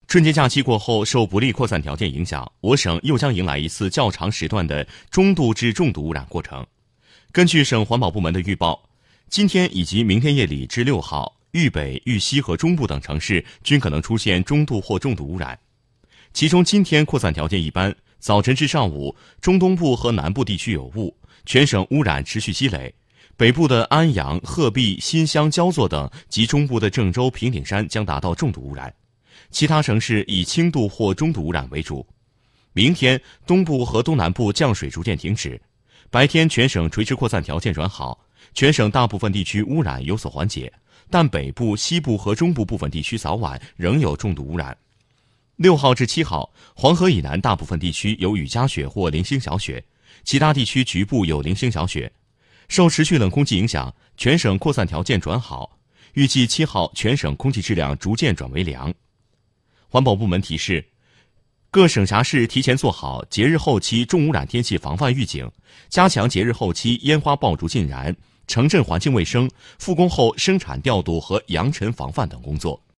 春节假期过后，受不利扩散条件影响，我省又将迎来一次较长时段的中度至重度污染过程。根据省环保部门的预报，今天以及明天夜里至6号，豫北、豫西和中部等城市均可能出现中度或重度污染。其中今天扩散条件一般，早晨至上午，中东部和南部地区有雾，全省污染持续积累。北部的安阳、鹤壁、新乡、焦作等及中部的郑州、平顶山将达到重度污染。其他城市以轻度或中度污染为主。明天，东部和东南部降水逐渐停止，白天全省垂直扩散条件转好，全省大部分地区污染有所缓解，但北部、西部和中部部分地区早晚仍有重度污染。6号至7号，黄河以南大部分地区有雨夹雪或零星小雪，其他地区局部有零星小雪。受持续冷空气影响，全省扩散条件转好，预计7号全省空气质量逐渐转为良。环保部门提示，各省辖市提前做好节日后期重污染天气防范预警，加强节日后期烟花爆竹禁燃、城镇环境卫生、复工后生产调度和扬尘防范等工作。